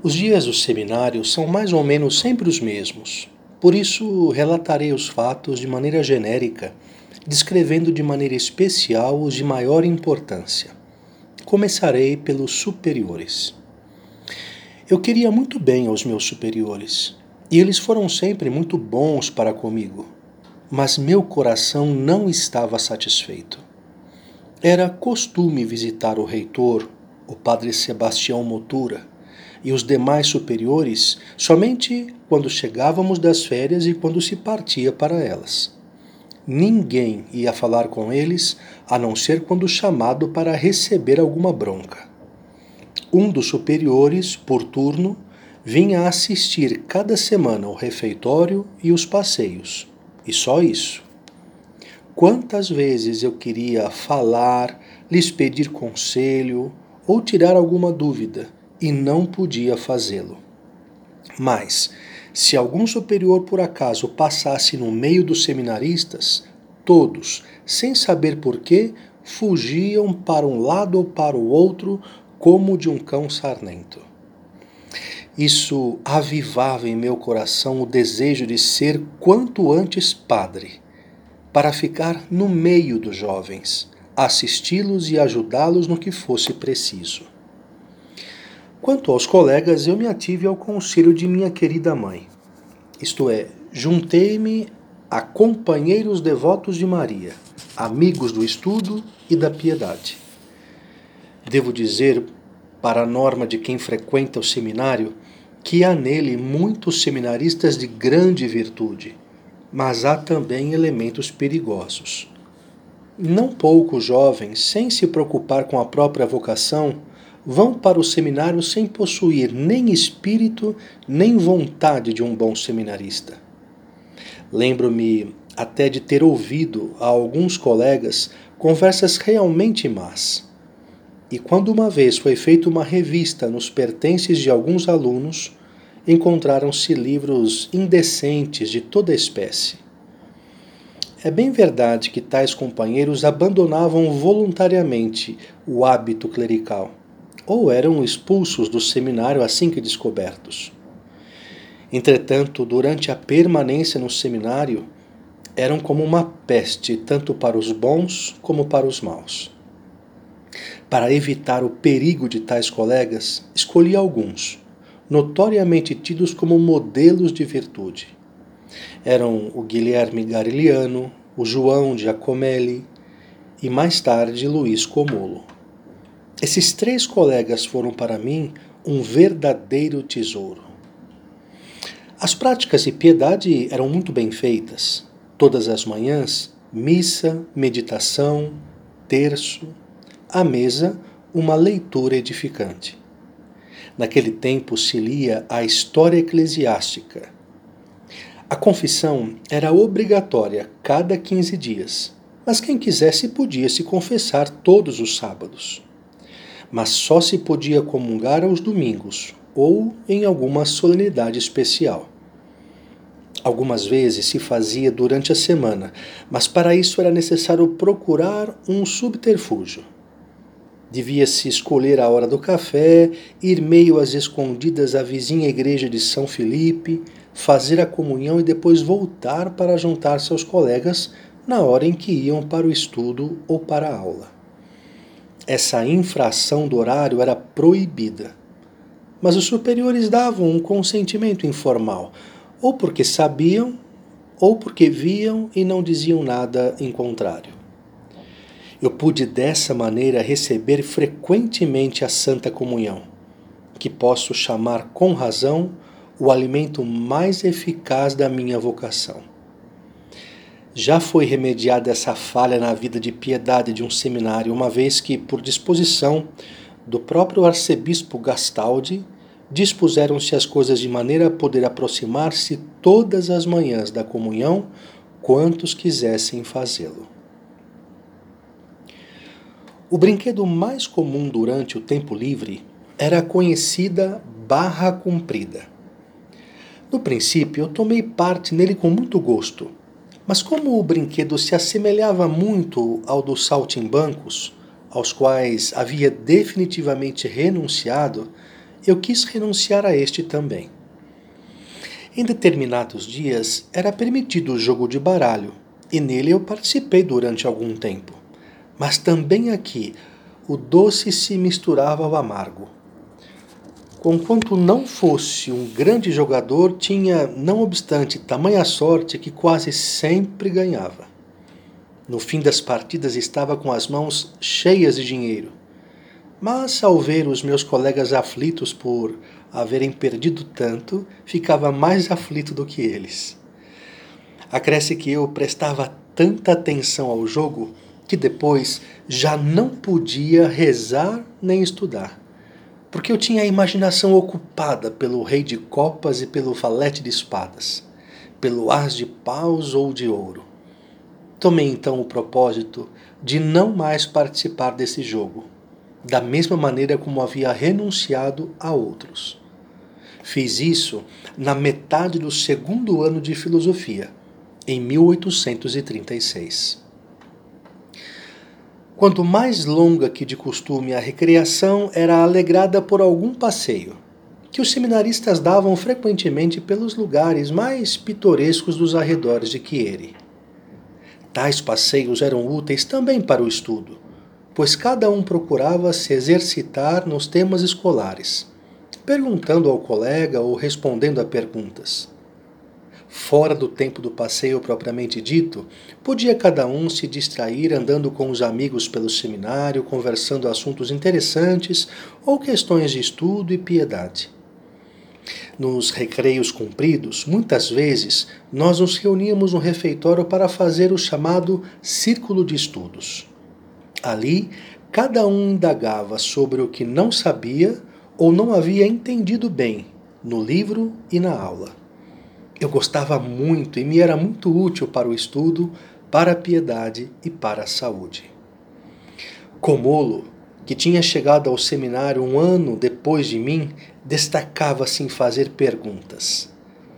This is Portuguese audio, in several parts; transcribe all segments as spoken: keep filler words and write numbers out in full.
Os dias do seminário são mais ou menos sempre os mesmos. Por isso, relatarei os fatos de maneira genérica, descrevendo de maneira especial os de maior importância. Começarei pelos superiores. Eu queria muito bem aos meus superiores, e eles foram sempre muito bons para comigo, mas meu coração não estava satisfeito. Era costume visitar o reitor, o padre Sebastião Motura, e os demais superiores somente quando chegávamos das férias e quando se partia para elas. Ninguém ia falar com eles a não ser quando chamado para receber alguma bronca. Um dos superiores, por turno, vinha assistir cada semana ao refeitório e os passeios, e só isso. Quantas vezes eu queria falar, lhes pedir conselho ou tirar alguma dúvida, e não podia fazê-lo. Mas, se algum superior por acaso passasse no meio dos seminaristas, todos, sem saber porquê, fugiam para um lado ou para o outro como de um cão sarnento. Isso avivava em meu coração o desejo de ser quanto antes padre, para ficar no meio dos jovens, assisti-los e ajudá-los no que fosse preciso. Quanto aos colegas, eu me ative ao conselho de minha querida mãe. Isto é, juntei-me a companheiros devotos de Maria, amigos do estudo e da piedade. Devo dizer, para a norma de quem frequenta o seminário, que há nele muitos seminaristas de grande virtude, mas há também elementos perigosos. Não poucos jovens, sem se preocupar com a própria vocação, vão para o seminário sem possuir nem espírito, nem vontade de um bom seminarista. Lembro-me até de ter ouvido a alguns colegas conversas realmente más. E quando uma vez foi feita uma revista nos pertences de alguns alunos, encontraram-se livros indecentes de toda espécie. É bem verdade que tais companheiros abandonavam voluntariamente o hábito clerical, ou eram expulsos do seminário assim que descobertos. Entretanto, durante a permanência no seminário, eram como uma peste tanto para os bons como para os maus. Para evitar o perigo de tais colegas, escolhi alguns, notoriamente tidos como modelos de virtude. Eram o Guilherme Gariliano, o João Giacomelli e mais tarde Luiz Comolo. Esses três colegas foram para mim um verdadeiro tesouro. As práticas de piedade eram muito bem feitas. Todas as manhãs, missa, meditação, terço, à mesa, uma leitura edificante. Naquele tempo se lia a História Eclesiástica. A confissão era obrigatória cada quinze dias, mas quem quisesse podia se confessar todos os sábados. Mas só se podia comungar aos domingos ou em alguma solenidade especial. Algumas vezes se fazia durante a semana, mas para isso era necessário procurar um subterfúgio. Devia-se escolher a hora do café, ir meio às escondidas à vizinha igreja de São Filipe, fazer a comunhão e depois voltar para juntar-se aos colegas na hora em que iam para o estudo ou para a aula. Essa infração do horário era proibida, mas os superiores davam um consentimento informal, ou porque sabiam, ou porque viam e não diziam nada em contrário. Eu pude dessa maneira receber frequentemente a Santa Comunhão, que posso chamar com razão o alimento mais eficaz da minha vocação. Já foi remediada essa falha na vida de piedade de um seminário, uma vez que, por disposição do próprio arcebispo Gastaldi, dispuseram-se as coisas de maneira a poder aproximar-se todas as manhãs da comunhão, quantos quisessem fazê-lo. O brinquedo mais comum durante o tempo livre era a conhecida barra comprida. No princípio, eu tomei parte nele com muito gosto, mas como o brinquedo se assemelhava muito ao dos saltimbancos, aos quais havia definitivamente renunciado, eu quis renunciar a este também. Em determinados dias era permitido o jogo de baralho, e nele eu participei durante algum tempo. Mas também aqui o doce se misturava ao amargo. Conquanto não fosse um grande jogador, tinha, não obstante, tamanha sorte que quase sempre ganhava. No fim das partidas estava com as mãos cheias de dinheiro. Mas ao ver os meus colegas aflitos por haverem perdido tanto, ficava mais aflito do que eles. Acresce que eu prestava tanta atenção ao jogo que depois já não podia rezar nem estudar, porque eu tinha a imaginação ocupada pelo rei de copas e pelo valete de espadas, pelo as de paus ou de ouro. Tomei então o propósito de não mais participar desse jogo, da mesma maneira como havia renunciado a outros. Fiz isso na metade do segundo ano de filosofia, em mil oitocentos e trinta e seis. Quanto mais longa que de costume a recreação, era alegrada por algum passeio, que os seminaristas davam frequentemente pelos lugares mais pitorescos dos arredores de Chieri. Tais passeios eram úteis também para o estudo, pois cada um procurava se exercitar nos temas escolares, perguntando ao colega ou respondendo a perguntas. Fora do tempo do passeio propriamente dito, podia cada um se distrair andando com os amigos pelo seminário, conversando assuntos interessantes ou questões de estudo e piedade. Nos recreios compridos, muitas vezes, nós nos reuníamos no refeitório para fazer o chamado círculo de estudos. Ali, cada um indagava sobre o que não sabia ou não havia entendido bem no livro e na aula. Eu gostava muito e me era muito útil para o estudo, para a piedade e para a saúde. Comolo, que tinha chegado ao seminário um ano depois de mim, destacava-se em fazer perguntas.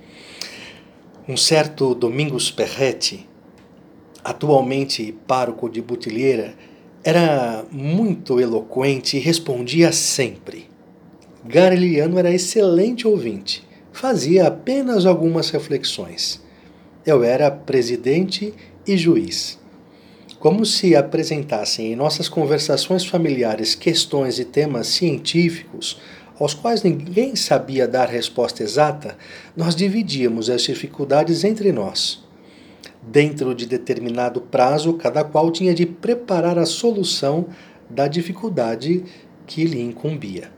Um certo Domingos Perretti, atualmente pároco de Butilheira, era muito eloquente e respondia sempre. Garliano era excelente ouvinte. Fazia apenas algumas reflexões. Eu era presidente e juiz. Como se apresentassem em nossas conversações familiares questões e temas científicos aos quais ninguém sabia dar resposta exata, nós dividíamos as dificuldades entre nós. Dentro de determinado prazo, cada qual tinha de preparar a solução da dificuldade que lhe incumbia.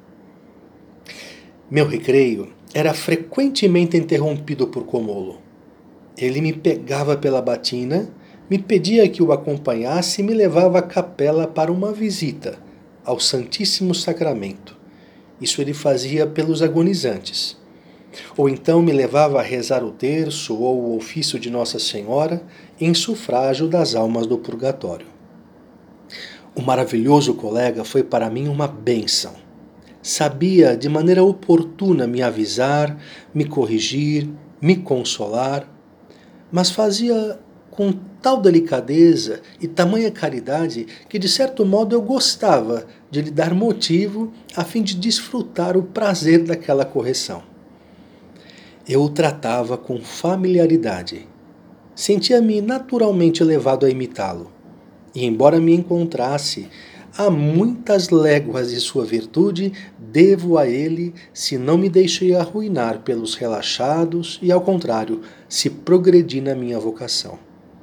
Meu recreio era frequentemente interrompido por Comolo. Ele me pegava pela batina, me pedia que o acompanhasse e me levava à capela para uma visita ao Santíssimo Sacramento. Isso ele fazia pelos agonizantes. Ou então me levava a rezar o terço ou o ofício de Nossa Senhora em sufrágio das almas do purgatório. O maravilhoso colega foi para mim uma bênção. Sabia de maneira oportuna me avisar, me corrigir, me consolar, mas fazia com tal delicadeza e tamanha caridade que, de certo modo, eu gostava de lhe dar motivo a fim de desfrutar o prazer daquela correção. Eu o tratava com familiaridade. Sentia-me naturalmente levado a imitá-lo, e embora me encontrasse a muitas léguas de sua virtude, devo a ele se não me deixei arruinar pelos relaxados e, ao contrário, se progredi na minha vocação.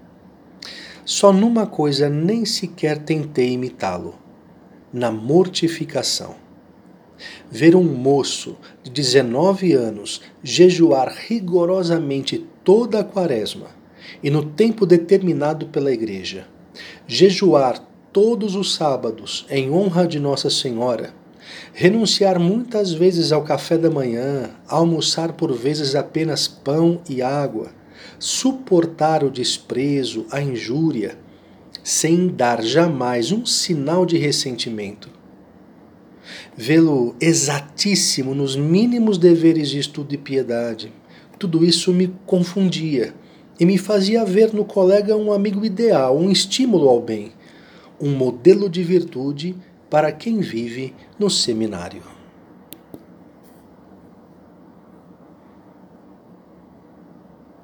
Só numa coisa nem sequer tentei imitá-lo: na mortificação. Ver um moço de dezenove anos jejuar rigorosamente toda a quaresma e, no tempo determinado pela Igreja, jejuar todos os sábados em honra de Nossa Senhora, renunciar muitas vezes ao café da manhã, almoçar por vezes apenas pão e água, suportar o desprezo, a injúria, sem dar jamais um sinal de ressentimento. Vê-lo exatíssimo nos mínimos deveres de estudo e piedade, tudo isso me confundia e me fazia ver no colega um amigo ideal, um estímulo ao bem, um modelo de virtude para quem vive no seminário.